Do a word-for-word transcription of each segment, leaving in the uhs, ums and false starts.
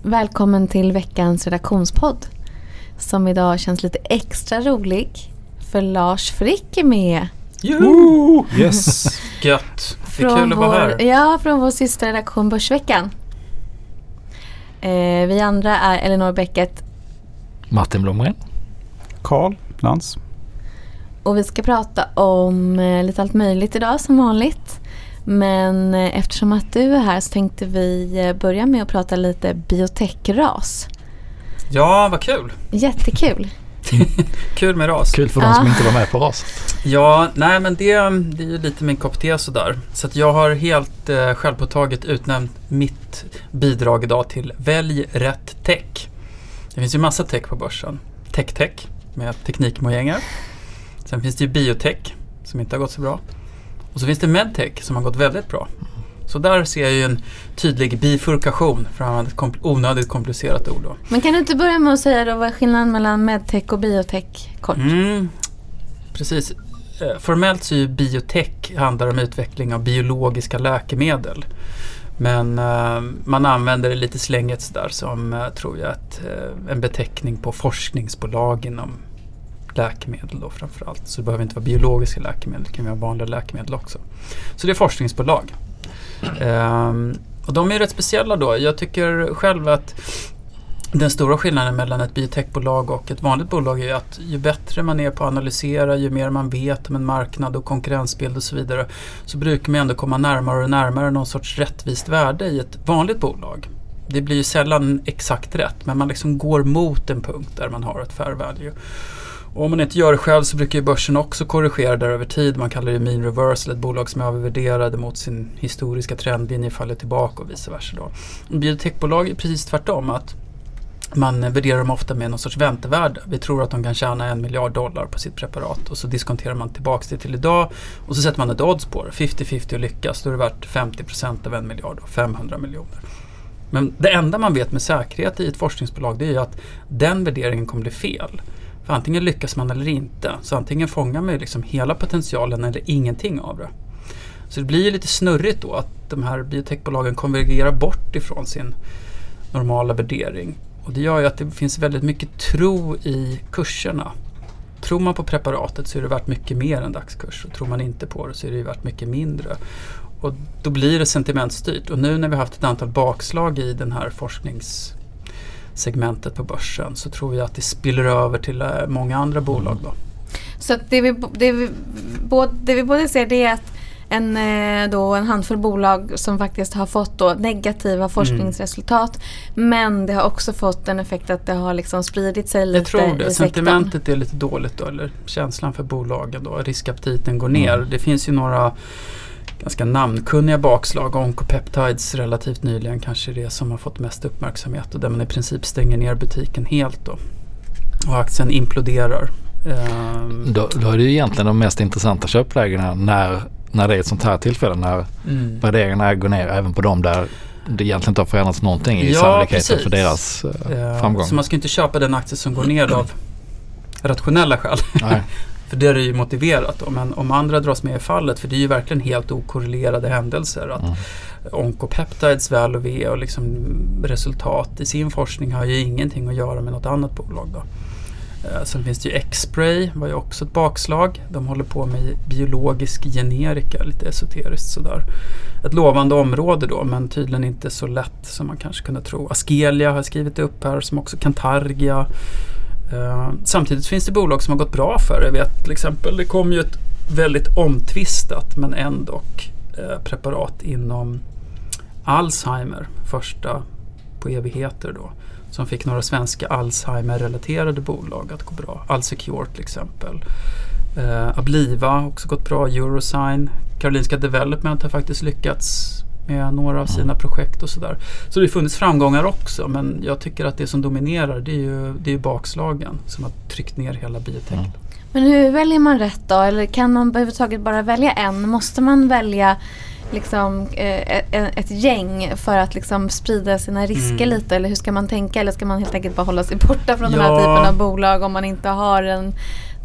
Välkommen till veckans redaktionspodd som idag känns lite extra rolig för Lars Frick är med. Juhu! Yes, gött. Det är kul att vara här. Ja, från vår sista redaktion Börsveckan. Eh, vi andra är Elinor Bäcket, Martin Blomgren, Carl Lantz. och vi ska prata om eh, lite allt möjligt idag som vanligt. Men eh, eftersom att du är här så tänkte vi eh, börja med att prata lite biotechras. Ja, vad kul. Jättekul. Kul med ras. Kul för de Ah. som inte var med på raset. Ja, nej men det, det är ju lite min kopp te sådär. Så att jag har helt eh, självpåtaget utnämnt mitt bidrag idag till Välj rätt tech. Det finns ju massa tech på börsen. Tech-tech med teknikmojänger. Sen finns det ju biotech som inte har gått så bra. Och så finns det medtech som har gått väldigt bra. Så där ser jag ju en tydlig bifurkation för att använda ett kompl- onödigt komplicerat ord då. Men kan du inte börja med att säga då vad är skillnaden mellan medtech och biotech kort? Mm, precis. Eh, formellt så är ju biotech handlar om utveckling av biologiska läkemedel. Men eh, man använder det lite slängigt sådär som eh, tror jag att eh, en beteckning på forskningsbolag inom läkemedel då framförallt. Så det behöver inte vara biologiska läkemedel, det kan vara vanliga läkemedel också. Så det är forskningsbolag. Um, och de är rätt speciella då. Jag tycker själv att den stora skillnaden mellan ett biotechbolag och ett vanligt bolag är att ju bättre man är på att analysera, ju mer man vet om en marknad och konkurrensbild och så vidare, så brukar man ändå komma närmare och närmare någon sorts rättvist värde i ett vanligt bolag. Det blir ju sällan exakt rätt, men man liksom går mot en punkt där man har ett fair value. Och om man inte gör det själv så brukar ju börsen också korrigera där över tid. Man kallar det mean reversal, ett bolag som är övervärderade mot sin historiska trendlinje faller tillbaka och vice versa då. Biotechbolag är precis tvärtom, att man värderar dem ofta med någon sorts väntevärde. Vi tror att de kan tjäna en miljard dollar på sitt preparat och så diskonterar man tillbaka det till idag och så sätter man ett odds på det. femtio femtio och lyckas, då är det värt femtio procent av en miljard och femhundra miljoner. Men det enda man vet med säkerhet i ett forskningsbolag, det är ju att den värderingen kommer bli fel. För antingen lyckas man eller inte. Så antingen fångar man liksom hela potentialen eller ingenting av det. Så det blir ju lite snurrigt då att de här biotechbolagen konvergerar bort ifrån sin normala värdering. Och det gör ju att det finns väldigt mycket tro i kurserna. Tror man på preparatet så är det värt mycket mer än dagskurs. Och tror man inte på det så är det ju värt mycket mindre. Och då blir det sentimentstyrt. Och nu när vi har haft ett antal bakslag i den här forsknings segmentet på börsen så tror jag att det spiller över till många andra bolag då. Så att det, vi, det, vi, både, det vi både ser det är att en, då, en handfull bolag som faktiskt har fått då negativa forskningsresultat, mm. men det har också fått en effekt att det har liksom spridit sig lite. Jag tror det. I Sentimentet sektorn. är lite dåligt då, eller känslan för bolagen då. Riskaptiten går ner. Mm. Det finns ju några ganska namnkunniga bakslag. Oncopeptides relativt nyligen kanske det som har fått mest uppmärksamhet och där man i princip stänger ner butiken helt då. Och aktien imploderar. Um, Då, då är det ju egentligen de mest intressanta köplägena när, när det är ett sånt här tillfälle, när mm. värderingarna går ner även på dem där det egentligen inte har förändrats någonting i ja, sannolikheten precis. för deras uh, framgång. Så man ska inte köpa den aktie som går ner av rationella skäl. Nej. För det är ju motiverat då. Men om andra dras med i fallet, för det är ju verkligen helt okorrelerade händelser. Att mm. Oncopeptides väl och ve och liksom resultat i sin forskning har ju ingenting att göra med något annat bolag då. Eh, sen finns det ju X-Spray, var ju också ett bakslag. De håller på med biologisk generika, lite esoteriskt sådär. Ett lovande område då, men tydligen inte så lätt som man kanske kunde tro. Askelia har skrivit upp här, som också Cantargia. Uh, samtidigt finns det bolag som har gått bra för det. Jag vet till exempel, det kom ju ett väldigt omtvistat men ändå uh, preparat inom Alzheimer, första på evigheter då, som fick några svenska Alzheimer-relaterade bolag att gå bra. Alsecure till exempel. Uh, Abliva har också gått bra. Eurosign, Karolinska Development har faktiskt lyckats med några av sina projekt och sådär. Så det har funnits framgångar också, men jag tycker att det som dominerar det är ju, det är ju bakslagen som har tryckt ner hela biotech. Mm. Men hur väljer man rätt då? Eller kan man överhuvudtaget bara välja en? Måste man välja liksom, eh, ett, ett gäng för att liksom sprida sina risker mm. lite? Eller hur ska man tänka? Eller ska man helt enkelt bara hålla sig borta från ja. den här typen av bolag om man inte har en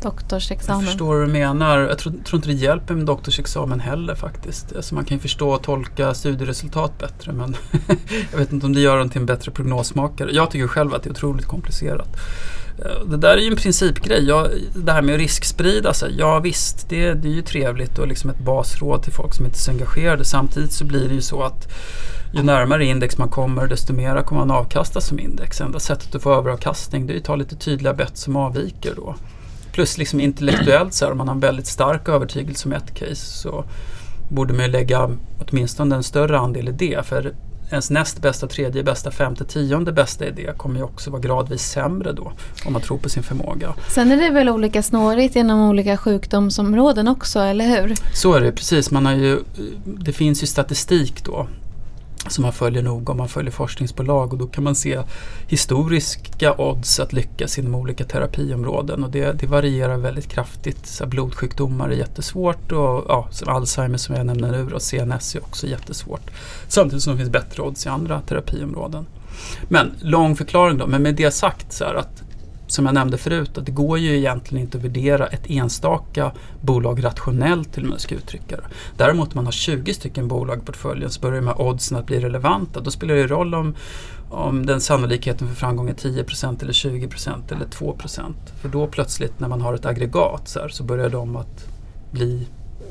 doktorsexamen. Jag förstår vad du menar. Jag tror, tror inte det hjälper med doktorsexamen heller faktiskt. Alltså man kan ju förstå och tolka studieresultat bättre, men jag vet inte om det gör den till en bättre prognosmakare. Jag tycker själv att det är otroligt komplicerat. Det där är ju en principgrej. Jag, det här med att risksprida sig, ja visst, det, det är ju trevligt och liksom ett basråd till folk som inte är så engagerade. Samtidigt så blir det ju så att ju närmare index man kommer, desto mer kommer man avkasta som index. Enda sättet att få överavkastning, det är att ta lite tydliga bett som avviker då. Plus liksom intellektuellt så här, om man har en väldigt stark övertygelse som ett case, så borde man ju lägga åtminstone en större andel i det. För ens näst bästa, tredje bästa, femte, tionde bästa idé kommer ju också vara gradvis sämre då, om man tror på sin förmåga. Sen är det väl olika snårigt inom olika sjukdomsområden också, eller hur? Så är det precis. Man har ju, det finns ju statistik då som man följer nog om man följer forskningsbolag, och då kan man se historiska odds att lyckas inom olika terapiområden, och det, det varierar väldigt kraftigt. Så blodsjukdomar är jättesvårt, och ja, Alzheimer som jag nämner nu, och C N S är också jättesvårt. Samtidigt som det finns bättre odds i andra terapiområden. Men lång förklaring då, men med det sagt så här att, som jag nämnde förut, att det går ju egentligen inte att värdera ett enstaka bolag rationellt till man ska uttrycka det. Däremot om man har tjugo stycken bolag i portföljen så börjar de här oddsen att bli relevanta. Då spelar det roll om, om den sannolikheten för framgång är tio procent eller tjugo procent eller två procent. För då plötsligt när man har ett aggregat så, här, så börjar de att bli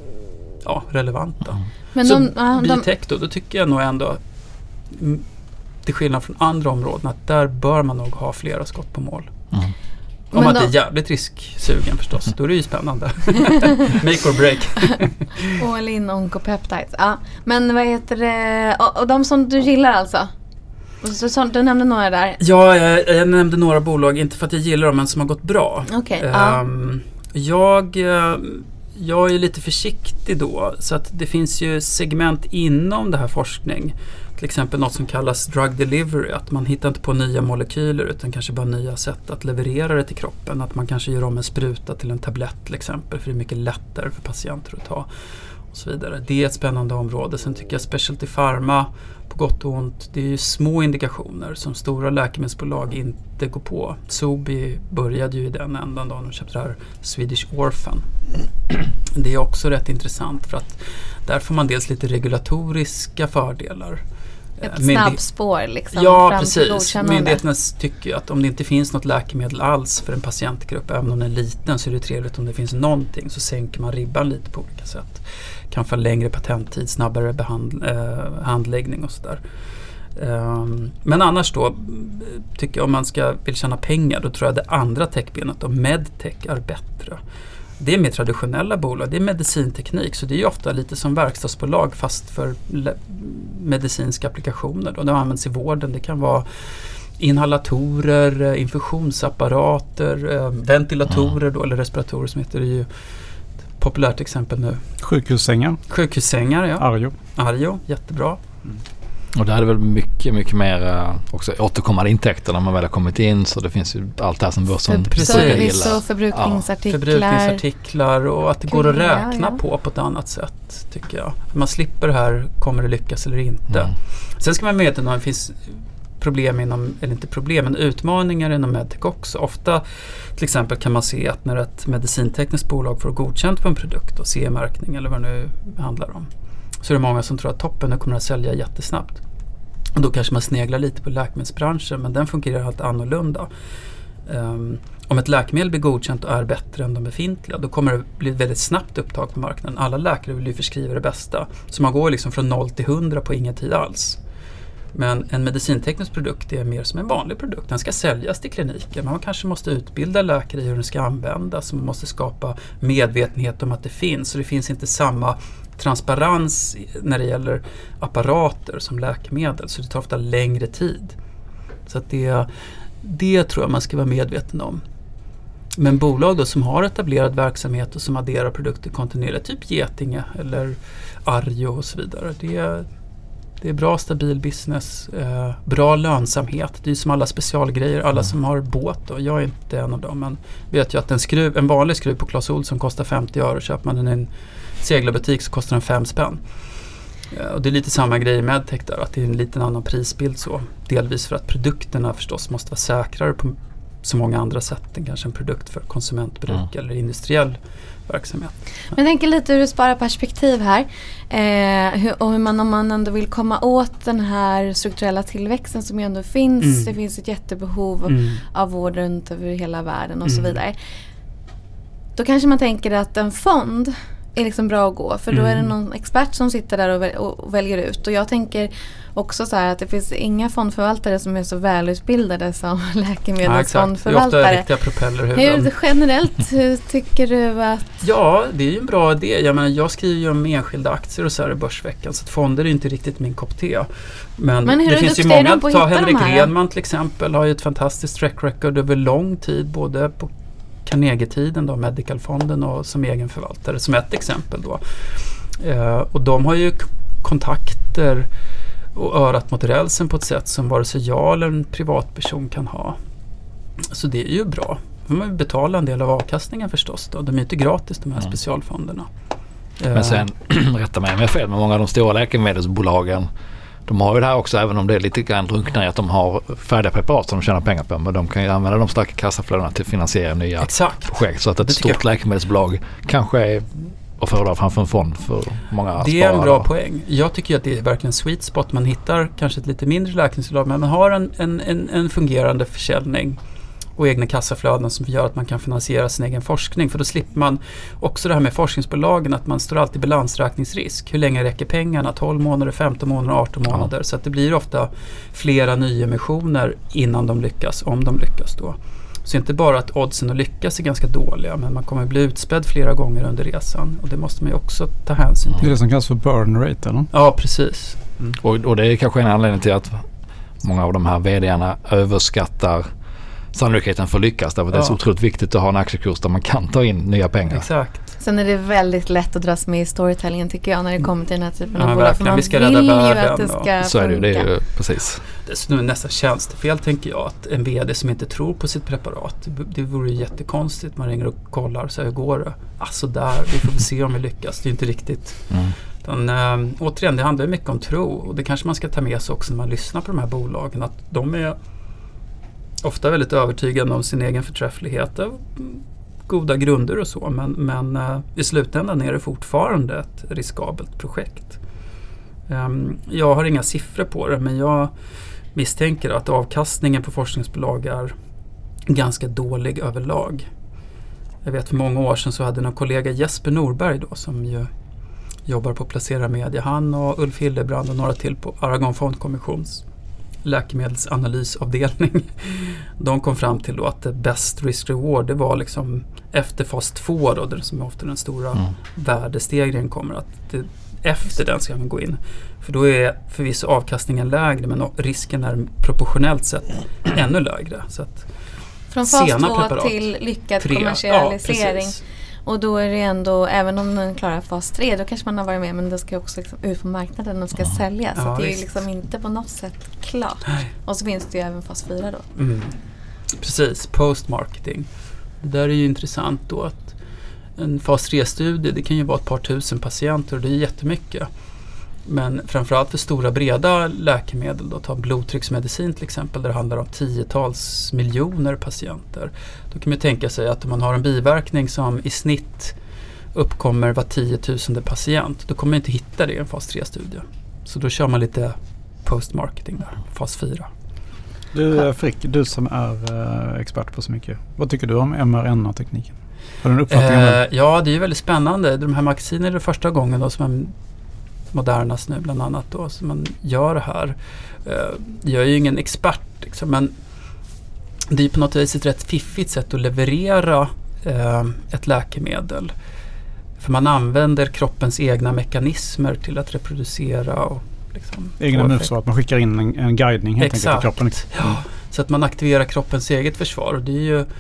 ja, relevanta. Mm. Men så de, uh, biotech då, då tycker jag nog ändå, m- till skillnad från andra områden, att där bör man nog ha flera skott på mål. Mm. Om men man då, inte är jävligt risksugen förstås, då är det ju spännande. Make or break. All in oncopeptides. Ja. Men vad heter det? Och, och de som du gillar alltså? Så, så, du nämnde några där. Ja, jag, jag nämnde några bolag, inte för att jag gillar dem, men som har gått bra. Okay, um, ja. jag, jag är lite försiktig då, så att det finns ju segment inom det här forskning. Till exempel något som kallas drug delivery, att man hittar inte på nya molekyler utan kanske bara nya sätt att leverera det till kroppen. Att man kanske gör om en spruta till en tablett till exempel, för det är mycket lättare för patienter att ta och så vidare. Det är ett spännande område. Sen tycker jag specialty pharma, på gott och ont, det är ju små indikationer som stora läkemedelsbolag inte går på. Sobi började ju i den ändan då, de köpte det här Swedish Orphan. Det är också rätt intressant för att där får man dels lite regulatoriska fördelar. Ett Myndig- snabbspår liksom. Ja, precis. Myndigheterna tycker att om det inte finns något läkemedel alls för en patientgrupp, även om den är liten, så är det trevligt om det finns någonting, så sänker man ribban lite på olika sätt. Kan få längre patenttid, snabbare behand- eh, handläggning och sådär. Um, men annars då tycker jag om man ska vill tjäna pengar, då tror jag det andra techbenet och medtech är bättre. Det är mer traditionella bolag, det är medicinteknik, så det är ju ofta lite som verkstadsbolag fast för le- medicinska applikationer. Då. De används i vården, det kan vara inhalatorer, infusionsapparater, eh, ventilatorer då, eller respiratorer som heter det, ju ett populärt exempel nu. Sjukhussängar. Sjukhussängar, ja. Arjo. Arjo, jättebra. Mm. Och det hade väl mycket, mycket mer också återkommande intäkter när man väl har kommit in, så det finns ju allt det här som börsen service och förbrukningsartiklar. Ja, förbrukningsartiklar och att det går att räkna ja. på på ett annat sätt, tycker jag. Man slipper det här, kommer det lyckas eller inte. Mm. Sen ska man veta att det finns problem inom, eller inte problem, men utmaningar inom medtech också. Ofta till exempel kan man se att när ett medicintekniskt bolag får godkänt på en produkt och C E-märkning eller vad det nu handlar om, så är det många som tror att toppen nu kommer att sälja jättesnabbt. Och då kanske man sneglar lite på läkemedelsbranschen, men den fungerar helt annorlunda. Um, om ett läkemedel blir godkänt och är bättre än de befintliga, då kommer det bli väldigt snabbt upptag på marknaden. Alla läkare vill ju förskriva det bästa. Så man går liksom från noll till hundra på ingen tid alls. Men en medicinteknisk produkt är mer som en vanlig produkt. Den ska säljas till kliniker. Man kanske måste utbilda läkare i hur den ska användas. Man måste skapa medvetenhet om att det finns. Så det finns inte samma transparens när det gäller apparater som läkemedel, så det tar ofta längre tid. Så att det, det tror jag man ska vara medveten om. Men bolag då som har etablerad verksamhet och som adderar produkter kontinuerligt, typ Getinge eller Arjo och så vidare, det, det är bra stabil business, eh, bra lönsamhet. Det är som alla specialgrejer, alla som har båt, och jag är inte en av dem, men vet ju att en, skruv, en vanlig skruv på Clas Ohlson kostar femtio öre, köper man den i en seglarbutik så kostar den fem spänn. Ja, och det är lite samma grej i medtech där, att det är en liten annan prisbild så. Delvis för att produkterna förstås måste vara säkrare på så många andra sätt än kanske en produkt för konsumentbruk mm. eller industriell verksamhet. Men jag tänker lite ur ett spararperspektiv här. Eh, hur, och hur man, om man ändå vill komma åt den här strukturella tillväxten som ju ändå finns. Mm. Det finns ett jättebehov mm. av vård runt över hela världen och mm. så vidare. Då kanske man tänker att en fond är liksom bra att gå. För då mm. är det någon expert som sitter där och, väl, och väljer ut. Och jag tänker också så här att det finns inga fondförvaltare som är så välutbildade som läkemedelsfondförvaltare. Ja, det är ofta riktiga propellerhuvuden. Hur generellt hur tycker du att... Ja, det är ju en bra idé. Jag menar, jag skriver ju om enskilda aktier och så här i Börsveckan. Så att fonder är inte riktigt min kopp te. Men, Men hur det är finns ju många. Att ta Henrik Redman till exempel har ju ett fantastiskt track record över lång tid. Både på Carnegie-tiden då, Medicalfonden och som egen förvaltare, som ett exempel då. Eh, och de har ju k- kontakter och örat mot rälsen på ett sätt som vare sig jag eller en privatperson kan ha. Så det är ju bra. Då får man betala en del av avkastningen förstås då. De är inte gratis de här mm. specialfonderna. Men sen, rätta mig om jag är fel, men många av de stora läkemedelsbolagen de har ju det här också, även om det är lite grann drunknar i att de har färdiga preparat som de tjänar pengar på. Men de kan ju använda de starka kassaflödena till att finansiera nya Exakt. projekt. Så att ett det stort läkemedelsbolag kanske är att föredra framför en fond för många Det är en bra poäng. Jag tycker att det är verkligen sweet spot. Man hittar kanske ett lite mindre läkemedelsbolag, men man har en, en, en, en fungerande försäljning och egna kassaflöden som gör att man kan finansiera sin egen forskning. För då slipper man också det här med forskningsbolagen, att man står alltid i balansräkningsrisk. Hur länge räcker pengarna? tolv månader, femton månader, arton månader. Ja. Så att det blir ofta flera nyemissioner innan de lyckas, om de lyckas då. Så inte bara att oddsen att lyckas är ganska dåliga, men man kommer bli utspädd flera gånger under resan. Och det måste man ju också ta hänsyn till. Det är det som kallas för burn rate, eller? Ja, precis. Mm. Och, och det är kanske en anledning till att många av de här vdarna överskattar sannolikheten för att lyckas, därför att ja. det är så otroligt viktigt att ha en aktiekurs där man kan ta in nya pengar. Exakt. Sen är det väldigt lätt att dras med i storytellingen tycker jag när det kommer till den här typen ja, av bolag. För man vi ska vill rädda ju världen, att det ska så är det, funka. det är ju precis. Det är nästan tjänstefel tänker jag, att en vd som inte tror på sitt preparat, det, det vore ju jättekonstigt. Man ringer och kollar, så hur går det? Alltså där, vi får se om vi lyckas. Det är inte riktigt. Mm. Den, äh, återigen, det handlar mycket om tro, och det kanske man ska ta med sig också när man lyssnar på de här bolagen, att de är ofta väldigt övertygande om sin egen förträfflighet, goda grunder och så, men, men uh, i slutändan är det fortfarande ett riskabelt projekt. Um, jag har inga siffror på det, men jag misstänker att avkastningen på forskningsbolag är ganska dålig överlag. Jag vet för många år sedan så hade någon kollega Jesper Norberg då, som ju jobbar på Placera Media, han och Ulf Hildebrand och några till på Aragon Fondkommissions läkemedelsanalysavdelning. De kom fram till då att det best risk reward, det var liksom efter fas två då, det som är ofta den stora mm. värdestegringen kommer, att det, efter den ska man gå in. För då är förvisso avkastningen lägre, men risken är proportionellt sett ännu lägre. Så att från fas två till lyckad tre. kommersialisering. Ja, och då är det ändå, även om den klarar fas tre, då kanske man har varit med, men det ska också liksom ut på marknaden och ska ja. säljas. Så ja, det är ju liksom inte på något sätt klart. Nej. Och så finns det ju även fas fyra då. Mm. Precis, post-marketing. Det där är ju intressant då, att en fas tre-studie, det kan ju vara ett par tusen patienter och det är jättemycket. Men framförallt för stora breda läkemedel, då, ta blodtrycksmedicin till exempel, där det handlar om tiotals miljoner patienter. Då kan man tänka sig att om man har en biverkning som i snitt uppkommer var tiotusende patient, då kommer man inte hitta det i en fas tre-studie. Så då kör man lite post-marketing där, fas fyra. Du Frick, du som är uh, expert på så mycket. Vad tycker du om M R N A-tekniken? Har du en uppfattning om det? Uh, ja, det är ju väldigt spännande. De här magasinen är det första gången då som man Modernas nu bland annat då, som man gör det här. Uh, jag är ju ingen expert liksom, men det är på något vis ett rätt fiffigt sätt att leverera uh, ett läkemedel. För man använder kroppens egna mekanismer till att reproducera och liksom egna muskler, att man skickar in en, en guidning helt enkelt till kroppen. Mm. Ja, så att man aktiverar kroppens eget försvar. Och det är ju,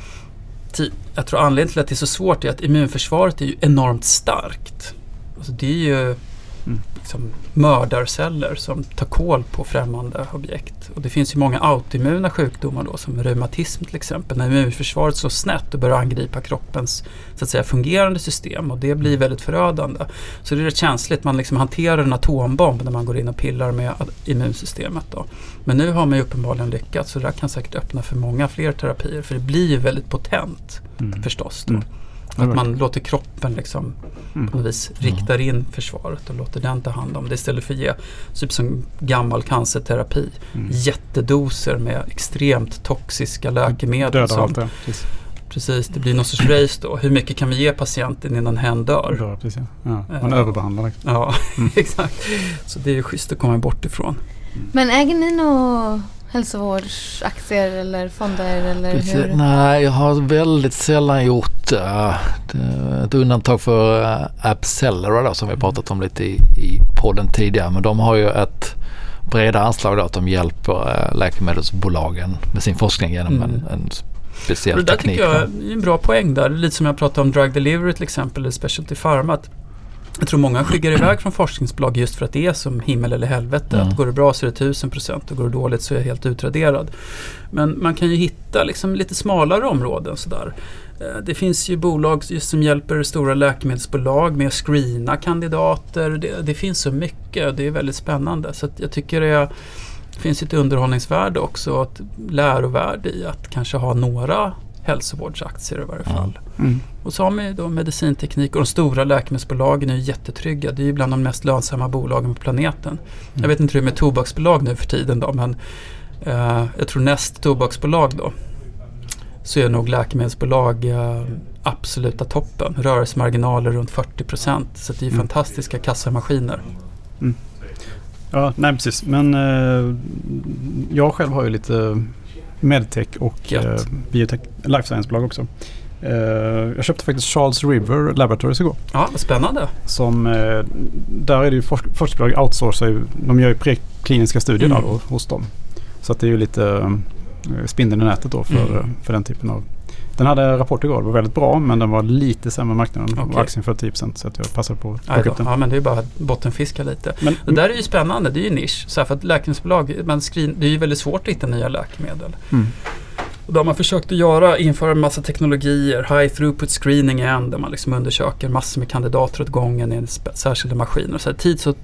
jag tror anledningen till att det är så svårt är att immunförsvaret är ju enormt starkt. Alltså det är ju mm. liksom mördarceller som tar koll på främmande objekt. Och det finns ju många autoimmuna sjukdomar då, som reumatism till exempel. När immunförsvaret slår snett och börjar angripa kroppens så att säga fungerande system, och det blir väldigt förödande. Så det är rätt känsligt. Man liksom hanterar en atombomb när man går in och pillar med immunsystemet då. Men nu har man ju uppenbarligen lyckats, så det där kan säkert öppna för många fler terapier, för det blir ju väldigt potent mm. förstås då. Mm. Att man låter kroppen liksom mm. på något vis riktar in försvaret och låter den ta hand om det, istället för att ge typ som gammal cancerterapi mm. jättedoser med extremt toxiska läkemedel. Döda som, allt det. Precis. precis, det blir någon sorts race då. Hur mycket kan vi ge patienten innan hen dör? dör precis. Ja, man uh, överbehandlar liksom. Ja, mm. exakt. Så det är ju schysst att komma bort ifrån. Mm. Men äger ni några hälsovårdsaktier eller fonder eller Precis. hur? Nej, jag har väldigt sällan gjort uh, ett undantag för uh, AbCellera då, som vi pratat om lite i, i podden tidigare, men de har ju ett breda anslag då, att de hjälper uh, läkemedelsbolagen med sin forskning genom mm. en, en speciell och det teknik. Det tycker jag är en bra poäng där, lite som jag pratade om drug delivery till exempel, eller specialty pharma. Jag tror många skyggar iväg från forskningsbolag just för att det är som himmel eller helvete. Mm. Att går det bra så är det tusen procent och går det dåligt så är jag helt utraderad. Men man kan ju hitta liksom lite smalare områden sådär. Det finns ju bolag just som hjälper stora läkemedelsbolag med att screena kandidater. Det, det finns så mycket, det är väldigt spännande. Så att jag tycker det finns ett underhållningsvärde också, och ett lärovärde i att kanske ha några hälsovårdsaktier i varje fall. Mm. Och så har man ju då medicinteknik, och de stora läkemedelsbolagen är ju jättetrygga. Det är ju bland de mest lönsamma bolagen på planeten. Mm. Jag vet inte hur det är med tobaksbolag nu för tiden då, men eh, jag tror näst tobaksbolag då så är nog läkemedelsbolag eh, absoluta toppen. Rörelsemarginaler runt fyrtio procent, så det är ju mm. fantastiska kassamaskiner. Mm. Ja, nej precis. Men eh, jag själv har ju lite medtech och eh, biotech, life science-bolag också. Eh, jag köpte faktiskt Charles River Laboratories igår. Ja, vad spännande. Som, eh, där är det ju forsk- forskningsbolag outsourcar ju, de gör ju prekliniska studier mm. där då, hos dem. Så att det är ju lite eh, spindeln i nätet då för, mm. för den typen av. Den hade rapport igår, det var väldigt bra, men den var lite sämre marknaden. Okay. Och aktien för tio procent, så att jag passade på att plocka upp den. Ja, men det är bara att bottenfiska lite. Men, det där är ju spännande, det är ju nisch. Så här, för att läkemedelsbolag, man screen, det är ju väldigt svårt att hitta nya läkemedel. Mm. Och då har man försökt att göra, införa en massa teknologier, high throughput screening igen, där man liksom undersöker massor med kandidater åt gången i en spe- särskilda maskiner. Så här, tids och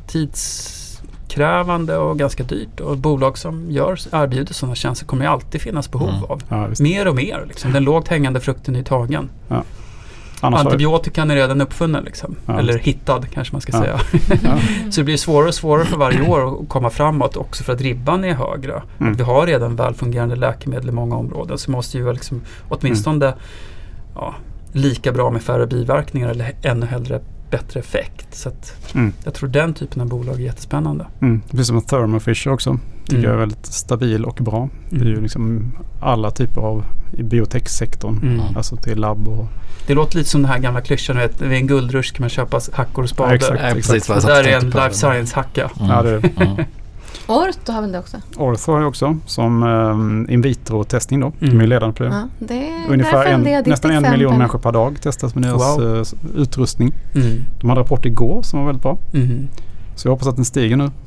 tidskrävande och ganska dyrt. Och bolag som gör, erbjuder sådana tjänster kommer ju alltid finnas behov mm. av. Ja, mer och mer. Liksom. Den lågt hängande frukten är tagen. Ja. Antibiotikan är redan uppfunnen. Liksom. Ja. Eller hittad kanske man ska ja. säga. Ja. Så det blir svårare och svårare för varje år att komma framåt, också för att ribban är högre. Mm. Att vi har redan välfungerande läkemedel i många områden, så måste ju liksom, åtminstone mm. ja, lika bra med färre biverkningar, eller ännu hellre bättre effekt. Så att mm. jag tror den typen av bolag är jättespännande. Mm. Det blir som en Thermo Fisher också. Tycker mm. jag är väldigt stabil och bra. Mm. Det är ju liksom alla typer av i biotech-sektorn. Mm. Alltså till labb och... Det låter lite som den här gamla klyschan, vet, vid en guldrush kan man köpa hackor och spader. Ja, exakt, ja, exakt. Det där är en life science-hacka. Mm. Ja, det är det. Mm. Ortho har väl det också? Ortho har jag också, som um, in vitro-testning då. Mm. De är ledande på det. Ja, det är ungefär en, det nästan exempel. en miljon människor per dag testas med deras wow. uh, utrustning. Mm. De hade rapport igår som var väldigt bra. Mm. Så jag hoppas att den stiger nu.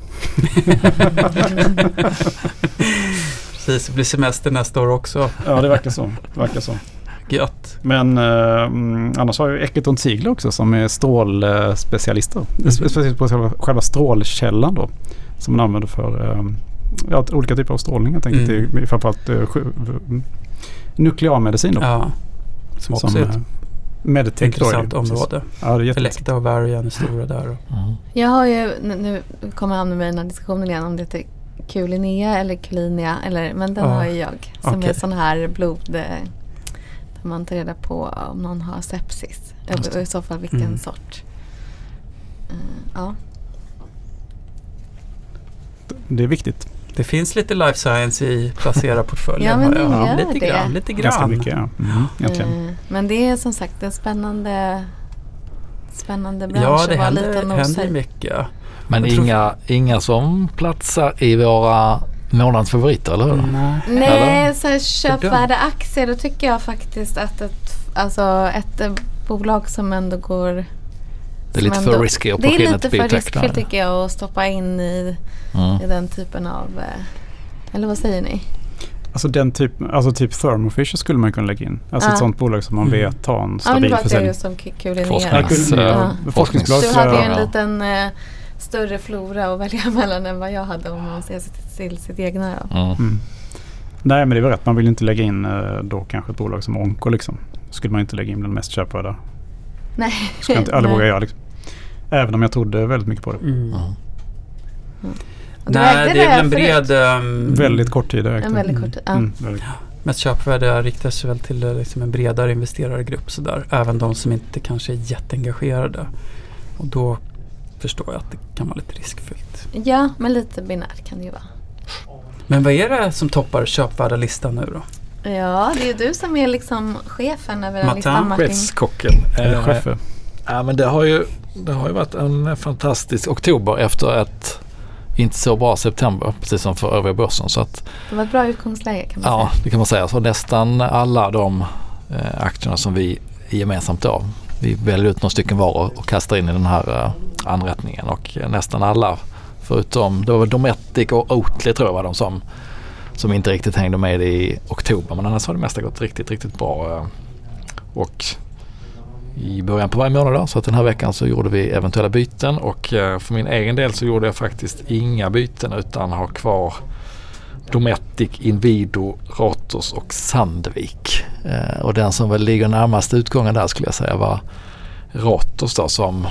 Precis, det blir semester nästa år också. Ja, det verkar så. Det verkar så. Gött. Men eh, annars har ju Eckert och Ziegler också, som är strålspecialister. Mm. Speciellt på själva, själva strålkällan då, som man använder för eh, ja, olika typer av strålning. Jag tänker mm. till framförallt eh, nuklearmedicin då. Ja, som också som, är ett meditech intressant område. Ja, det är Elekta och Varian är stora där. Och. Mm. Jag har ju, nu kommer jag hamna med i den här diskussionen igen om det är Q-linea eller Q-linea, eller, men den ja. har ju jag. Som okay. är sån här blod... där man tar reda på om någon har sepsis. Och i så fall vilken mm. sort. Uh, ja. Det är viktigt. Det finns lite life science i Placera-portföljen. Ja, men det ja, gör lite det. Grann, lite grann. Ganska mycket, ja. Mm, egentligen. Uh, men det är som sagt en spännande spännande bransch. Ja, det händer, händer mycket. Men inga, inga som platsar i våra månadens favoriter, eller hur? Nej, Nej så här, köpvärda aktier, då tycker jag faktiskt att ett, alltså ett bolag som ändå går Det är lite ändå, för risky att det är plocka in lite ett för biotech riskfyllt där. tycker jag att stoppa in i, Mm. i den typen av, eller vad säger ni? Alltså den typ, alltså typ Thermo Fisher skulle man kunna lägga in. Alltså Ja. ett sånt bolag som man Mm. vet har en Ja, men stabil det var jag försäljning. just som k- kul Forsknings- Ja, Ja. ja. Forskningsbolag Du skulle hade ju jag- en Ja. liten eh, större flora att välja mellan än vad jag hade om man ser sitt, till sitt egna. Då. Mm. Mm. Nej, men det är väl rätt. Man vill inte lägga in eh, då kanske ett bolag som Onco liksom. Skulle man inte lägga in den mest köpvärda. Nej. Skulle jag inte aldrig Nej. våga göra liksom. Även om jag trodde väldigt mycket på det. Mm. Mm. Och du Nej, ägde det är väl en förut. bred... Um, Väldigt kort tid. En väldigt kort tid, ja. Mm, väldigt. Mest köpvärde riktar sig väl till eh, liksom en bredare investerargrupp sådär. Även de som inte kanske är jätteengagerade. Och då förstår jag att det kan vara lite riskfyllt. Ja, men lite binärt kan det ju vara. Men vad är det som toppar köpvärda-listan nu då? Ja, det är ju du som är liksom chefen över den Martin, listan, Martin. Chefskocken. Eller Eh, chefer. Ja, men det har ju det har ju varit en fantastisk oktober efter ett inte så bra september, precis som för övriga börsen. Så att, Det var ett bra utgångsläge kan man ja, säga. det kan man säga. Så nästan alla de eh, aktierna som vi gemensamt då, vi väljer ut några stycken varor och kastar in i den här eh, anrättningen. Och eh, nästan alla, förutom, det var väl Dometic och Oatly tror jag var de som, som inte riktigt hängde med i oktober. Men annars har det mesta gått riktigt, riktigt bra. Eh, och i början på varje månad då, så att den här veckan så gjorde vi eventuella byten och eh, för min egen del så gjorde jag faktiskt inga byten utan har kvar Dometic, Inwido, Ratos och Sandvik. Eh, och den som väl ligger närmast utgången där skulle jag säga var Ratos då, som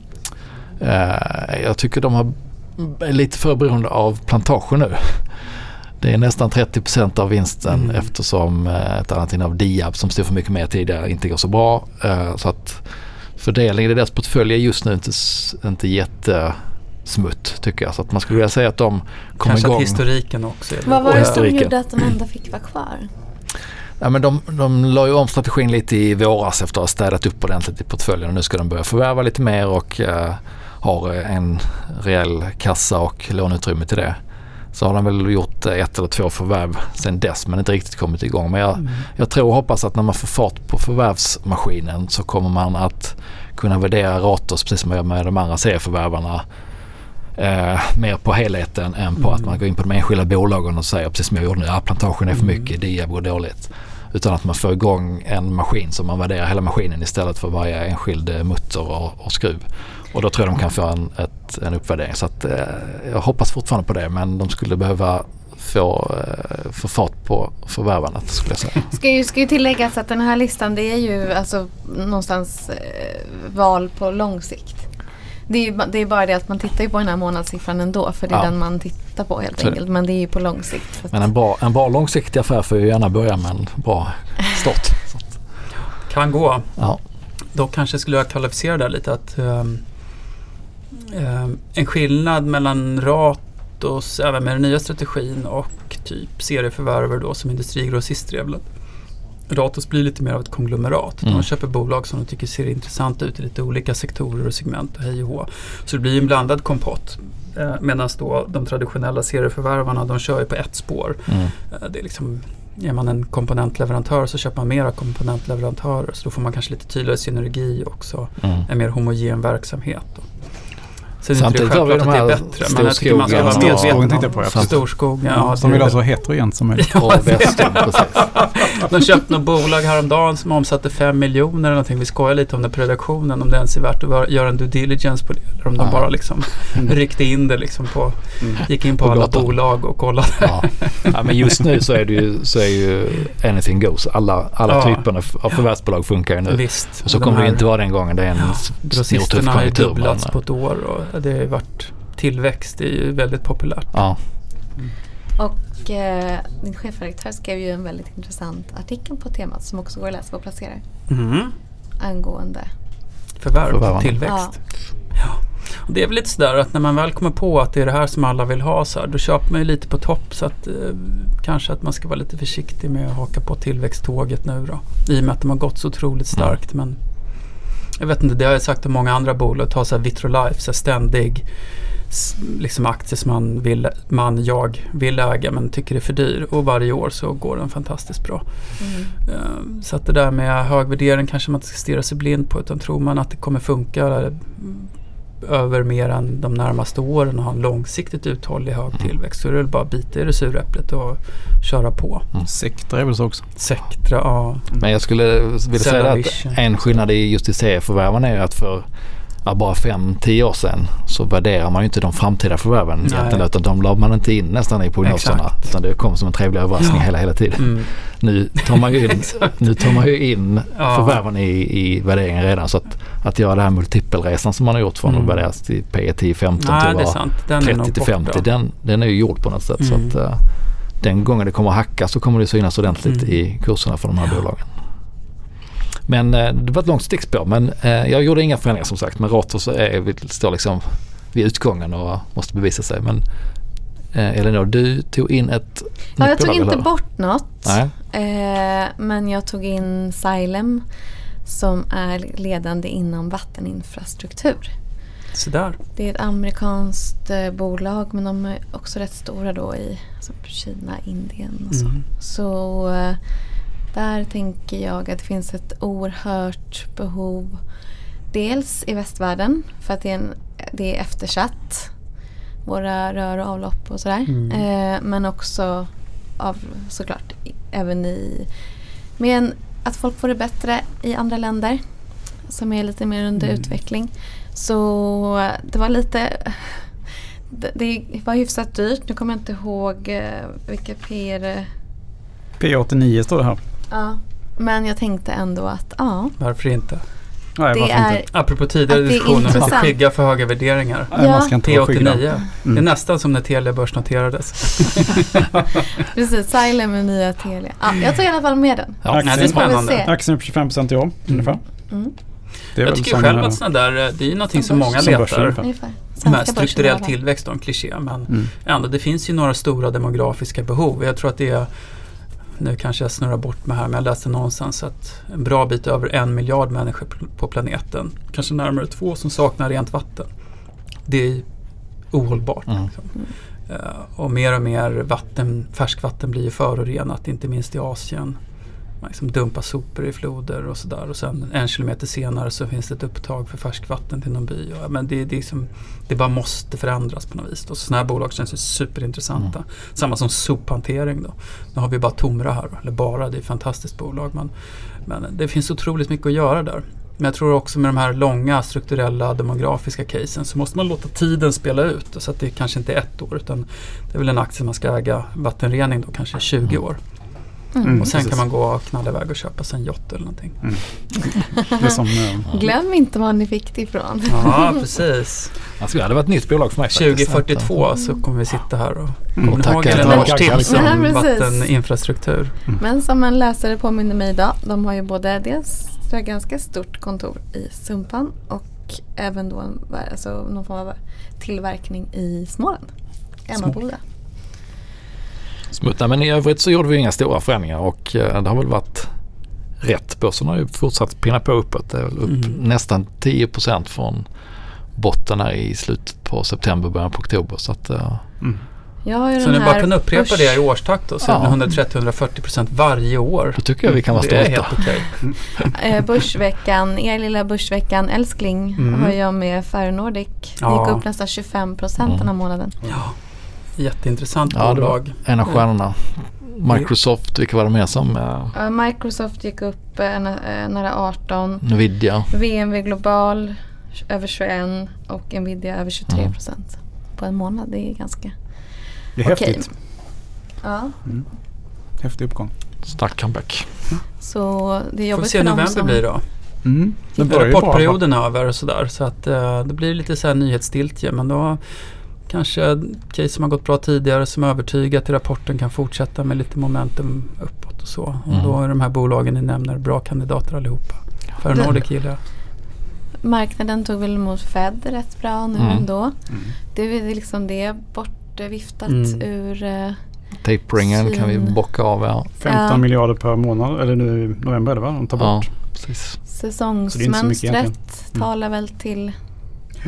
eh, jag tycker de har, är lite för beroende av plantagen nu. Det är nästan trettio procent av vinsten Mm. eftersom eh, ett annat innehav Diab som stod för mycket mer tidigare inte går så bra. Eh, så att fördelningen i deras portfölj är just nu inte, s- inte jättesmutt tycker jag. Så att man skulle vilja säga att de kommer Kanske igång. att historiken också är Vad var det Och som historiken. gjorde att de ändå fick vara kvar? Ja, men de, de la ju om strategin lite i våras efter att ha städat upp ordentligt i portföljen och nu ska de börja förvärva lite mer och eh, har en rejäl kassa och låneutrymme till det. Så har de väl gjort ett eller två förvärv sedan dess men inte riktigt kommit igång. Men jag, Mm. jag tror och hoppas att när man får fart på förvärvsmaskinen så kommer man att kunna värdera Ratos precis som man gör med de andra serieförvärvarna eh, mer på helheten än på Mm. att man går in på de enskilda bolagen och säger precis som jag gjorde nu, ja, plantagen är för Mm. mycket, Diab går dåligt. Utan att man får igång en maskin som man värderar hela maskinen istället för varje enskild mutter och, och skruv. Och då tror jag de kan få en, ett, en uppvärdering. Så att, eh, jag hoppas fortfarande på det men de skulle behöva få, eh, få fart på förvärvandet skulle jag säga. Ska ju, ska ju tilläggas att den här listan det är ju alltså någonstans eh, val på lång sikt. Det är ju ba- det är bara det att man tittar ju på den här månadssiffran ändå för det är Ja. den man tittar på helt Så- enkelt. Men det är ju på lång sikt. Så att, Men en bra, en bra långsiktig affär får ju gärna börja med en bra start. Så att, Kan gå. ja. Då kanske skulle jag kvalificera det lite att um, um, en skillnad mellan Ratos, även med den nya strategin och typ serieförvärver då som industrigrossister är väl att Ratos blir lite mer av ett konglomerat. Mm. De köper bolag som de tycker ser intressant ut i lite olika sektorer och segment och hej och hå. Så det blir en blandad kompott. Eh, Medan då de traditionella serieförvärvarna de kör ju på ett spår. Mm. Eh, Det är liksom, är man en komponentleverantör så köper man mera komponentleverantörer så då får man kanske lite tydligare synergi också. Mm. En mer homogen verksamhet. Då. Sen är inte det Samtidigt har vi självklart de att det är här bättre men jag tycker man ska vara storskogarna. Storskogen medveten tänkte jag på, om ja. storskog. Ja, Ja, det som vill är ha det. så heterogent som möjligt. Och västern, precis. De köpte något bolag häromdagen som omsatte fem miljoner eller någonting. Vi skojar lite om det på redaktionen om det ens är värt att vara- göra en due diligence på det. Eller om de Ja. bara liksom ryckte in det liksom på, Mm. gick in på, På alla gatan. bolag och kollade. Ja. Ja, men just nu så är det ju, så är ju anything goes. Alla, alla Ja. typerna av förvärvsbolag funkar ju nu. Visst. Så Och kommer de det här inte vara den gången. Det är en Ja, s- snortuff grossisterna har ju konjunktur. dubblats men, på ett år och det har ju varit tillväxt. Det är ju väldigt populärt. ja. och eh, din chefredaktör skrev ju en väldigt intressant artikel på temat som också går att läsa på Placerare Mm. angående. Förvärv och Förvärv. tillväxt. Ja. Och det är väl lite sådär att när man väl kommer på att det är det här som alla vill ha så här, då köper man ju lite på topp så att eh, kanske att man ska vara lite försiktig med att haka på tillväxttåget nu då. I och med att de har gått så otroligt starkt. Men jag vet inte, det har jag sagt om många andra bolag. Ta så här Vitrolife, så här ständig liksom aktier som man, vill, man, jag vill äga men tycker är för dyr. Och varje år så går den fantastiskt bra. Mm. Så att det där med hög värdering kanske man inte ska stirra sig blind på, utan tror man att det kommer funka över mer än de närmaste åren och ha en långsiktigt uthållig hög tillväxt, så är det bara att bita i det suräpplet och köra på. Mm. Sectra är väl så också? Sectra, ja. Men jag skulle vilja säga att en skillnad i just i serieförvärven är att för ja, bara fem till tio år sedan så värderar man ju inte de framtida förvärven egentligen, utan de la man inte in nästan i prognoserna. Exakt. Utan det kom som en trevlig överraskning ja. hela, hela tiden. Mm. Nu tar man ju in, nu tar man ju in ja. förvärven i, i värderingen redan, så att, att göra det här multipelresan som man har gjort från mm. att värderas till P tio femton Nej, till trettio till femtio, den, den är ju gjord på något sätt. Mm. Så att uh, den gången det kommer att hacka så kommer det synas ordentligt mm. i kurserna för de här ja. bolagen. Men eh, det var ett långt stickspår, men eh, jag gjorde inga förändringar som sagt. Men Ratos är, står liksom vid utgången och måste bevisa sig. Men eh, Elinor, du tog in ett ja, jag tog inte bort något. Eh, men jag tog in Xylem som är ledande inom vatteninfrastruktur. Så där. Det är ett amerikanskt eh, bolag, men de är också rätt stora då i alltså Kina, Indien och så. Mm. Så... Eh, Där tänker jag att det finns ett oerhört behov, dels i västvärlden för att det är, en, det är eftersatt, våra rör och avlopp och sådär, mm. eh, men också av såklart även i men att folk får det bättre i andra länder som är lite mer under mm. utveckling. Så det var lite det, det var hyfsat dyrt. Nu kommer jag inte ihåg eh, vilka P R P åttionio står det här. Ja, men jag tänkte ändå att ja. Varför inte? Nej, det varför är, inte? Apropå tidigare diskussioner om att skygga för höga värderingar. Ja. P åttionio. Mm. Det är nästan som när Telia börsnoterades. Precis, Xylem är nya Telia. Ja, jag tar i alla fall med den. Ja, aktien, det är spännande. Aktien upp tjugofem procent i år, mm. ungefär. Mm. Det är jag tycker själv att sådana där, det är ju någonting som, som många som letar. Med strukturell tillväxt och en kliché. Men mm. ändå, det finns ju några stora demografiska behov. Jag tror att det är, nu kanske jag snurrar bort mig här, men jag läste någonstans att en bra bit över en miljard människor på planeten, kanske närmare två, som saknar rent vatten. Det är ohållbart. Mm. Liksom. Uh, och mer och mer vatten, färskvatten blir ju förorenat, inte minst i Asien. Man liksom dumpar sopor i floder och sådär. Och sen en kilometer senare så finns det ett upptag för färskvatten till någon by. Och, men det, det, är som, det bara måste förändras på något vis. Och sådana här bolag känns ju superintressanta. Mm. Samma som sophantering då. Nu har vi bara Tomra här. Eller bara, det är ett fantastiskt bolag. Men, men det finns otroligt mycket att göra där. Men jag tror också med de här långa strukturella demografiska casen så måste man låta tiden spela ut. Så att det kanske inte är ett år, utan det är väl en aktie man ska äga vattenrening då, kanske tjugo år. Mm. Och sen Precis. kan man gå och knalla iväg och köpa sig en yacht eller någonting. Mm. Det är som, ja. Glöm inte var ni fick det ifrån. Ja, precis. Alltså, det hade varit ett nytt bolag för mig. tjugo fyrtiotvå mm. så kommer vi sitta här och mm. kommer ihåg en årstips om ja, vatteninfrastruktur. Mm. Men som en läsare påminner mig idag, de har ju både dels ett ganska stort kontor i Sumpan och även då en, alltså någon form av tillverkning i Småland. Emmaboda. Smutta, men i övrigt så gjorde vi inga stora förändringar och eh, det har väl varit rätt. Börsen har ju fortsatt pinna på uppåt. Det är väl upp mm. nästan tio procent från botten här i slutet på september, början på oktober. Så att, uh, mm. jag har ju så den ni här bara kan upprepa push. det i årstakt då, så ja. hundratrettio till hundrafyrtio procent varje år. Då tycker jag vi kan vara stolta. Det är helt okej. eh, Börsveckan, er lilla Börsveckan älskling mm. har jag med Ferro Nordic. Det ja. gick upp nästan tjugofem procent mm. den här månaden. Ja. Jätteintressant ja, bolag. En av stjärnorna. Microsoft, vilka var det mer som? Uh, uh, Microsoft gick upp uh, nära arton. Nvidia. V M W Global över tjugoett och Nvidia över tjugotre procent mm. på en månad. Det är ganska det är okej. Häftigt. Ja. Mm. Häftig uppgång. Stark comeback. Så det är jobbigt får se för november som... blir då. Mm. Rapportperioden är över och sådär. Så att uh, det blir lite så här nyhetsstiltje, men då kanske case som har gått bra tidigare som övertygat i rapporten kan fortsätta med lite momentum uppåt och så. Och mm. då är de här bolagen ni nämner bra kandidater allihopa. För Nordic gillar. Marknaden tog väl mot Fed rätt bra nu mm. ändå. Mm. Det är liksom det bortviftat mm. ur uh, taperingen syn. Kan vi bocka av. Ja. femton ja. miljarder per månad, eller nu i november är det va? De tar bort. Ja, precis. Säsongsmönstret talar väl till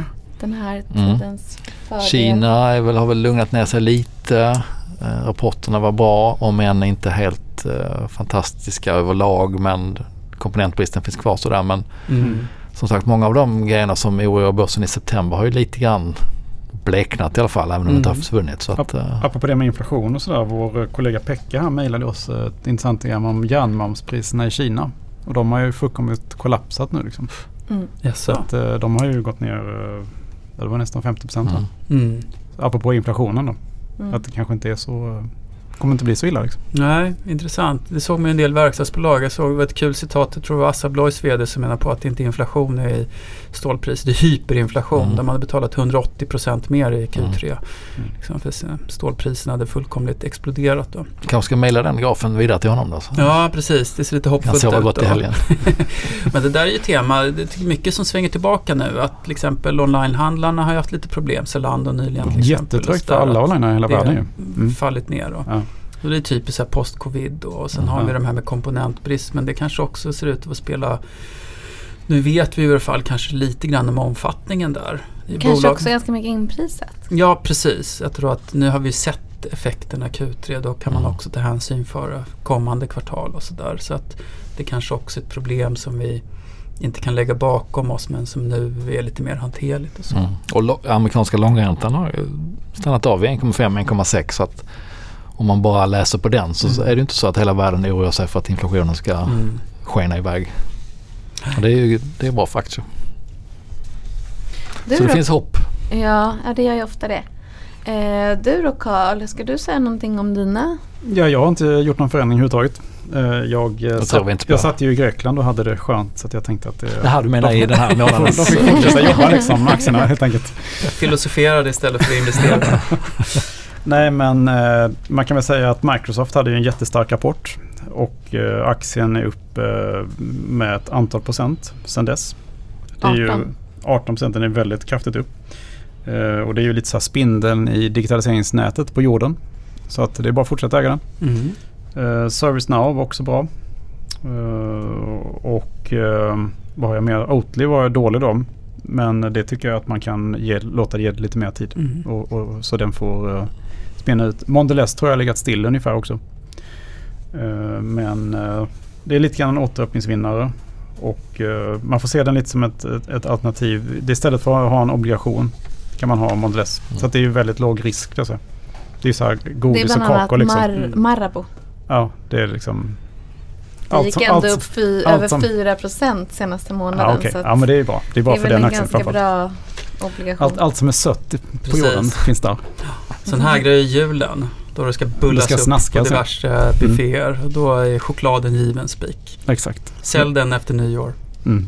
den här Mm. tidens fördel. Kina är väl, har väl lugnat ner sig lite. Eh, rapporterna var bra, om än inte helt eh, fantastiska överlag, men komponentbristen finns kvar sådär. Men Mm. som sagt, många av de grejerna som oroar börsen i september har ju lite grann bleknat i alla fall, även om Mm. det inte har försvunnit. Så att, eh, Apropå det med inflation och sådär, vår kollega Pekka här mejlade oss ett intressant grann om järnmalmspriserna i Kina. Och de har ju fullkomligt kollapsat nu liksom. Mm. Yes, Så att, eh, de har ju gått ner, eh, det var nästan femtio procent. mm. mm. Apropå inflationen då. Mm. Att det kanske inte är så, kommer inte bli så illa liksom. Nej, intressant. Det såg man en del verkstadsbolag. Jag såg ett kul citat, jag tror det var Assa Abloys vd som menar på att det inte är inflation i stålpriset. Det är hyperinflation. Mm. De hade betalat hundraåttio procent mer i Q tre. Mm. Liksom för stålpriserna hade fullkomligt exploderat då. Kanske ska mejla den grafen vidare till honom då. Så. Ja, precis. Det ser lite Kan hoppfullt sova ut. gott i då. helgen. Men det där är ju tema. Det är mycket som svänger tillbaka nu. Att till exempel onlinehandlarna har haft lite problem. Zalando nyligen till exempel. Jättetrögt för alla online i hela Det världen ju. har Mm. fallit ner då. Ja. Och det är typiskt så här post-covid då. Och sen Mm. har vi de här med komponentbrist. Men det kanske också ser ut att spela... Nu vet vi i alla fall kanske lite grann om omfattningen där. I Kanske bolag. också ganska mycket inprisat. Ja, precis. Jag tror att nu har vi sett effekterna Q tre. Då kan man Mm. också ta hänsyn för kommande kvartal och sådär. Så att det kanske också är ett problem som vi inte kan lägga bakom oss, men som nu är lite mer hanterligt och så. Mm. Och lo- amerikanska långräntan har ju stannat av i en komma fem till en komma sex, så att om man bara läser på den så Mm. är det inte så att hela världen oroar sig för att inflationen ska Mm. skena iväg. Och det är ju det är bra för aktier. Du Så det då? finns hopp. Ja, ja, det gör ju ofta det. Eh, du då Carl, ska du säga någonting om dina? Ja, jag har inte gjort någon förändring överhuvudtaget. Eh, Jag, eh, tror satt, vi inte på. jag satt ju i Grekland och hade det skönt, så att jag tänkte att det... Det här du menar i den här de, månaden. de fick fortsätta jobba liksom med aktierna helt enkelt. Jag filosoferade istället för att investera. Nej, men eh, man kan väl säga att Microsoft hade ju en jättestark rapport och eh, aktien är upp eh, med ett antal procent sedan dess. Det är ju arton. arton procent, den är väldigt kraftigt upp. Eh, och det är ju lite så här spindeln i digitaliseringsnätet på jorden. Så att det är bara att fortsätta äga den. Mm. Eh, ServiceNow var också bra. Eh, och eh, vad har jag mer? Oatly var dålig då. Men det tycker jag att man kan ge, låta det ge lite mer tid. Mm. Och, och, så den får uh, spinna ut. Mondelez tror jag har legat still ungefär också. Uh, men uh, det är lite grann en återöppningsvinnare. Och uh, man får se den lite som ett, ett, ett alternativ. Det istället för att ha en obligation kan man ha Mondelez. Mm. Så att det är ju väldigt låg risk. Alltså. Det är ju så här Det är godis och bland annat kakor liksom. Mar- Marabou. Ja, det är liksom... Det gick som- ändå allt- upp fy, allt över som- fyra procent senaste månaden. Ja, okej. Så att Ja, men det är bra. Det är bra det är för väl den en aktien ganska framförallt. bra obligation. Allt, allt som är sött i- på Precis. jorden finns där. Sen hägrar ju julen då det ska bullas ska upp snaska på sen. diverse bufféer. Och då är chokladen given spik. Exakt. Sälj den efter nyår. Mm.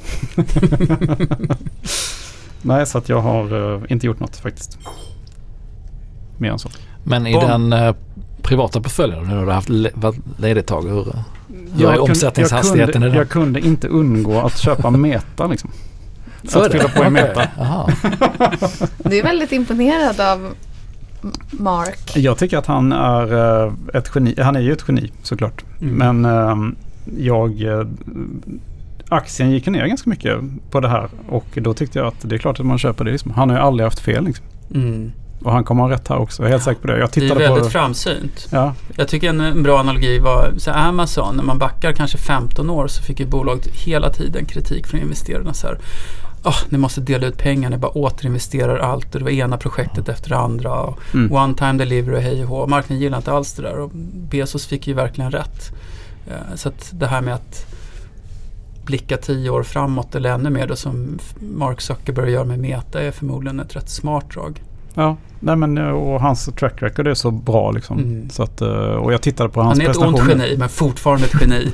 Nej, så att jag har uh, inte gjort något faktiskt. Mer än så. Men i Bom. den eh, privata portföljen, nu har du haft le- varit ledigt tag, hur, hur är kunde- omsättningshastigheten jag i kunde, den? jag kunde inte undgå att köpa Meta liksom. Så är att det? fylla på i Okej. Meta. Jaha. Du är väldigt imponerad av M- Mark. Jag tycker att han är uh, ett geni. Han är ju ett geni såklart. Mm. Men uh, jag... Uh, aktien gick ner ganska mycket på det här. Och då tyckte jag att det är klart att man köper det. Liksom. Han har ju aldrig haft fel liksom. Mm. Och han kommer ha rätt här också. Jag är helt säker på det. Jag Det är tittade väldigt på... framsynt. Ja, Jag tycker en, en bra analogi var så här, Amazon. När man backar kanske femton år så fick ju bolaget hela tiden kritik från investerarna. Så här, oh, ni måste dela ut pengar, ni bara återinvesterar allt. Och det var ena projektet efter det andra. Och Mm. one time delivery och hej och hå. Marknaden gillar inte alls det där. Och Bezos fick ju verkligen rätt. Eh, så att det här med att blicka tio år framåt eller ännu mer då, som Mark Zuckerberg gör med Meta, är förmodligen ett rätt smart drag. Ja, nej men och hans track record är så bra liksom. Mm. Så att, och jag tittade på hans Han är ett ont prestationer. geni, men fortfarande ett geni.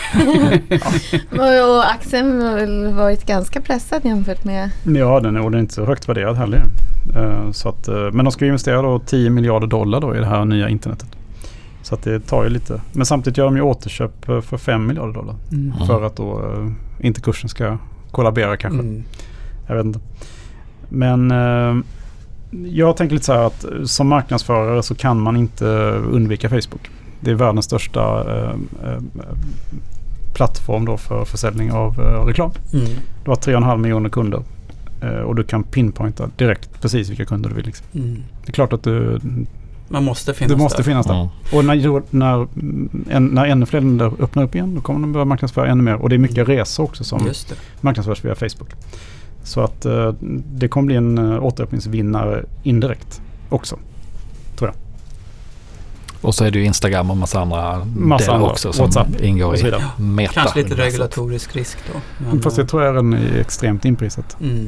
Och, och aktien har väl varit ganska pressad jämfört med... Ja, den är, och den är inte så högt värderad heller. Uh, så att, uh, men de ska ju investera då tio miljarder dollar då i det här nya internetet. Så att det tar ju lite. Men samtidigt gör de ju återköp uh, för fem miljarder dollar. Mm. För att då uh, inte kursen ska kollabera kanske. Mm. Jag vet inte. Men uh, jag tänker lite så här att som marknadsförare så kan man inte undvika Facebook. Det är världens största uh, uh, plattform då för försäljning av uh, reklam. Mm. Du har tre och en halv miljoner kunder. Eh, och du kan pinpointa direkt precis vilka kunder du vill. Liksom. Mm. Det är klart att du, Man måste finnas du måste där. finnas där. Mm. Och när, när, en, när ännu fler länder öppnar upp igen, då kommer de börja marknadsföra ännu mer. Och det är mycket resor också som Just det. marknadsförs via Facebook. Så att eh, det kommer bli en uh, återöppningsvinnare indirekt också, tror jag. Och så är det ju Instagram och massa andra Massa delar andra, också som WhatsApp ingår och så i vidare. Meta. Kanske lite regulatorisk risk då. Men, Fast det tror jag är extremt inprisat. mm.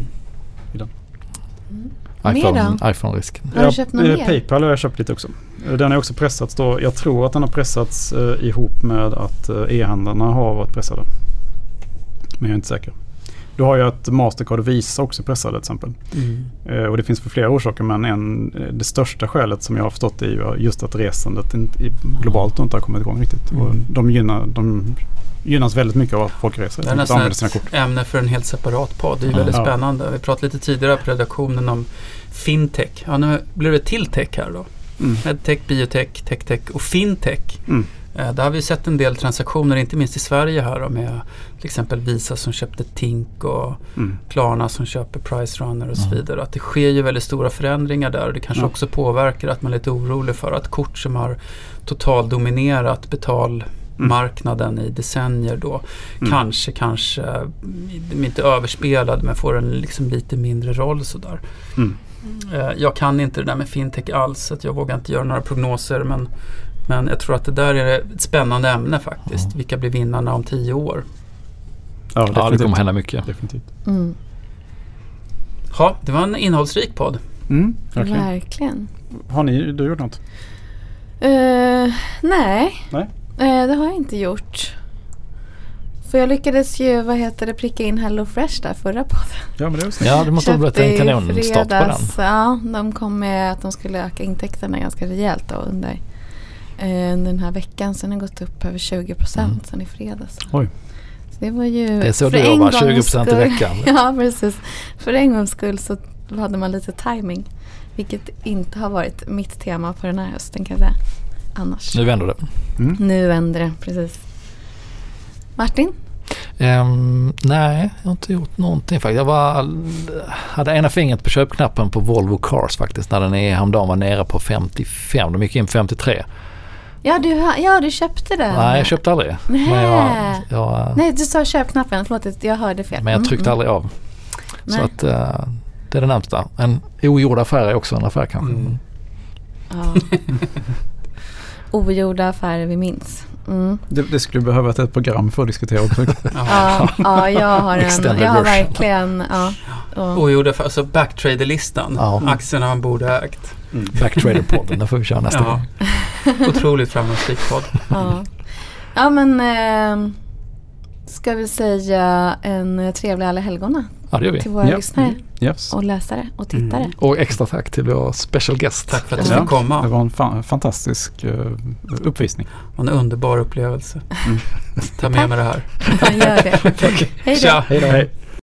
Mer iPhone, då? iPhone-risken. Har du köpt något eh, mer? PayPal har jag köpt lite också. Eh, Den har också pressats då. Jag tror att den har pressats eh, ihop med att eh, e-handlarna har varit pressade. Men jag är inte säker. Du har ju att Mastercard och Visa också pressade till exempel. Mm. Eh, och det finns för flera orsaker, men en, eh, det största skälet som jag har förstått är ju just att resandet inte, i, globalt inte har kommit igång riktigt. Mm. Och de, gynnar, de gynnas väldigt mycket av att folk reser. Det är De nästan använder sina kort. ett ämne för en helt separat podd. Det är ju Ja. väldigt Ja. spännande. Vi pratade lite tidigare på redaktionen om fintech. Ja, nu blir det till tech här då. Mm. Medtech, biotech, techtech och fintech. Mm. Eh, där har vi sett en del transaktioner, inte minst i Sverige här då, med till exempel Visa som köpte Tink och Mm. Klarna som köper Price Runner och så Mm. vidare. Att det sker ju väldigt stora förändringar där och det kanske Ja. också påverkar att man är lite orolig för att kort som har totaldominerat betalmarknaden i decennier då Mm. kanske, kanske de är inte överspelade men får en liksom lite mindre roll sådär. Mm. Eh, Jag kan inte det där med fintech alls så att jag vågar inte göra några prognoser men, men jag tror att det där är ett spännande ämne faktiskt. Mm. Vilka blir vinnarna om tio år? Ja, Ja, det definitivt. kommer hända mycket. definitivt. Mm. Ja, det var en innehållsrik podd. Mm, verkligen. Verkligen. Har ni du gjort något? Uh, nej, Nej. Eh, det har jag inte gjort. För jag lyckades ju, vad heter det, pricka in HelloFresh där förra podden. Ja, men det är snyggt. Ja, du måste ha blivit en kanonstart på den. Ja, de kom med att de skulle öka intäkterna ganska rejält då under eh, den här veckan. Sen har det gått upp över tjugo procent Mm. sen i fredags. Oj. Så det var ju... Det är så för du en jobbar, gångs tjugo procent i skull- veckan. Ja, precis. För en gångs skull så hade man lite timing. Vilket inte har varit mitt tema på den här hösten kan jag säga. Annars. Nu vänder det. Mm. Nu vänder det, precis. Martin? Um, nej, jag har inte gjort någonting faktiskt. Jag var, hade ena fingret på köpknappen på Volvo Cars faktiskt när den är, häromdagen var nere på femtiofem. De gick in på femtiotre. Ja, du, ha- ja, du köpte den. Nej, jag köpte aldrig. Nej. Men jag, jag, Nej, du sa köpknappen. Förlåt, jag hörde fel. men jag tryckte Mm, aldrig av. Nej. Så att uh, det är det närmsta. En ogjord affär är också en affär kanske. Mm. Ja. Ogjorda affärer vi minns. Mm. Det, det skulle behöva ett program för att diskutera också. Ja, ja, jag har en. Extended Jag har version. verkligen, ja. Och, Ogjorda för, alltså backtrader-listan. Ja. Aktierna man borde ha ägt. Mm. Backtrader-podden, det får vi köra nästa Ja. gång. Otroligt framgångsrik podd. ja. ja, men eh, ska vi säga en trevlig alla helgona Ja, det gör vi. till våra Ja. lyssnare Yes. och läsare och tittare. Mm. Och extra tack till vår special guest. Tack för att du Ja. fick komma. Det var en fa- fantastisk uh, uppvisning. Och en underbar upplevelse. Mm. Ta med mig det här. Gör det. Hej då. Tja. Hej då. Hej.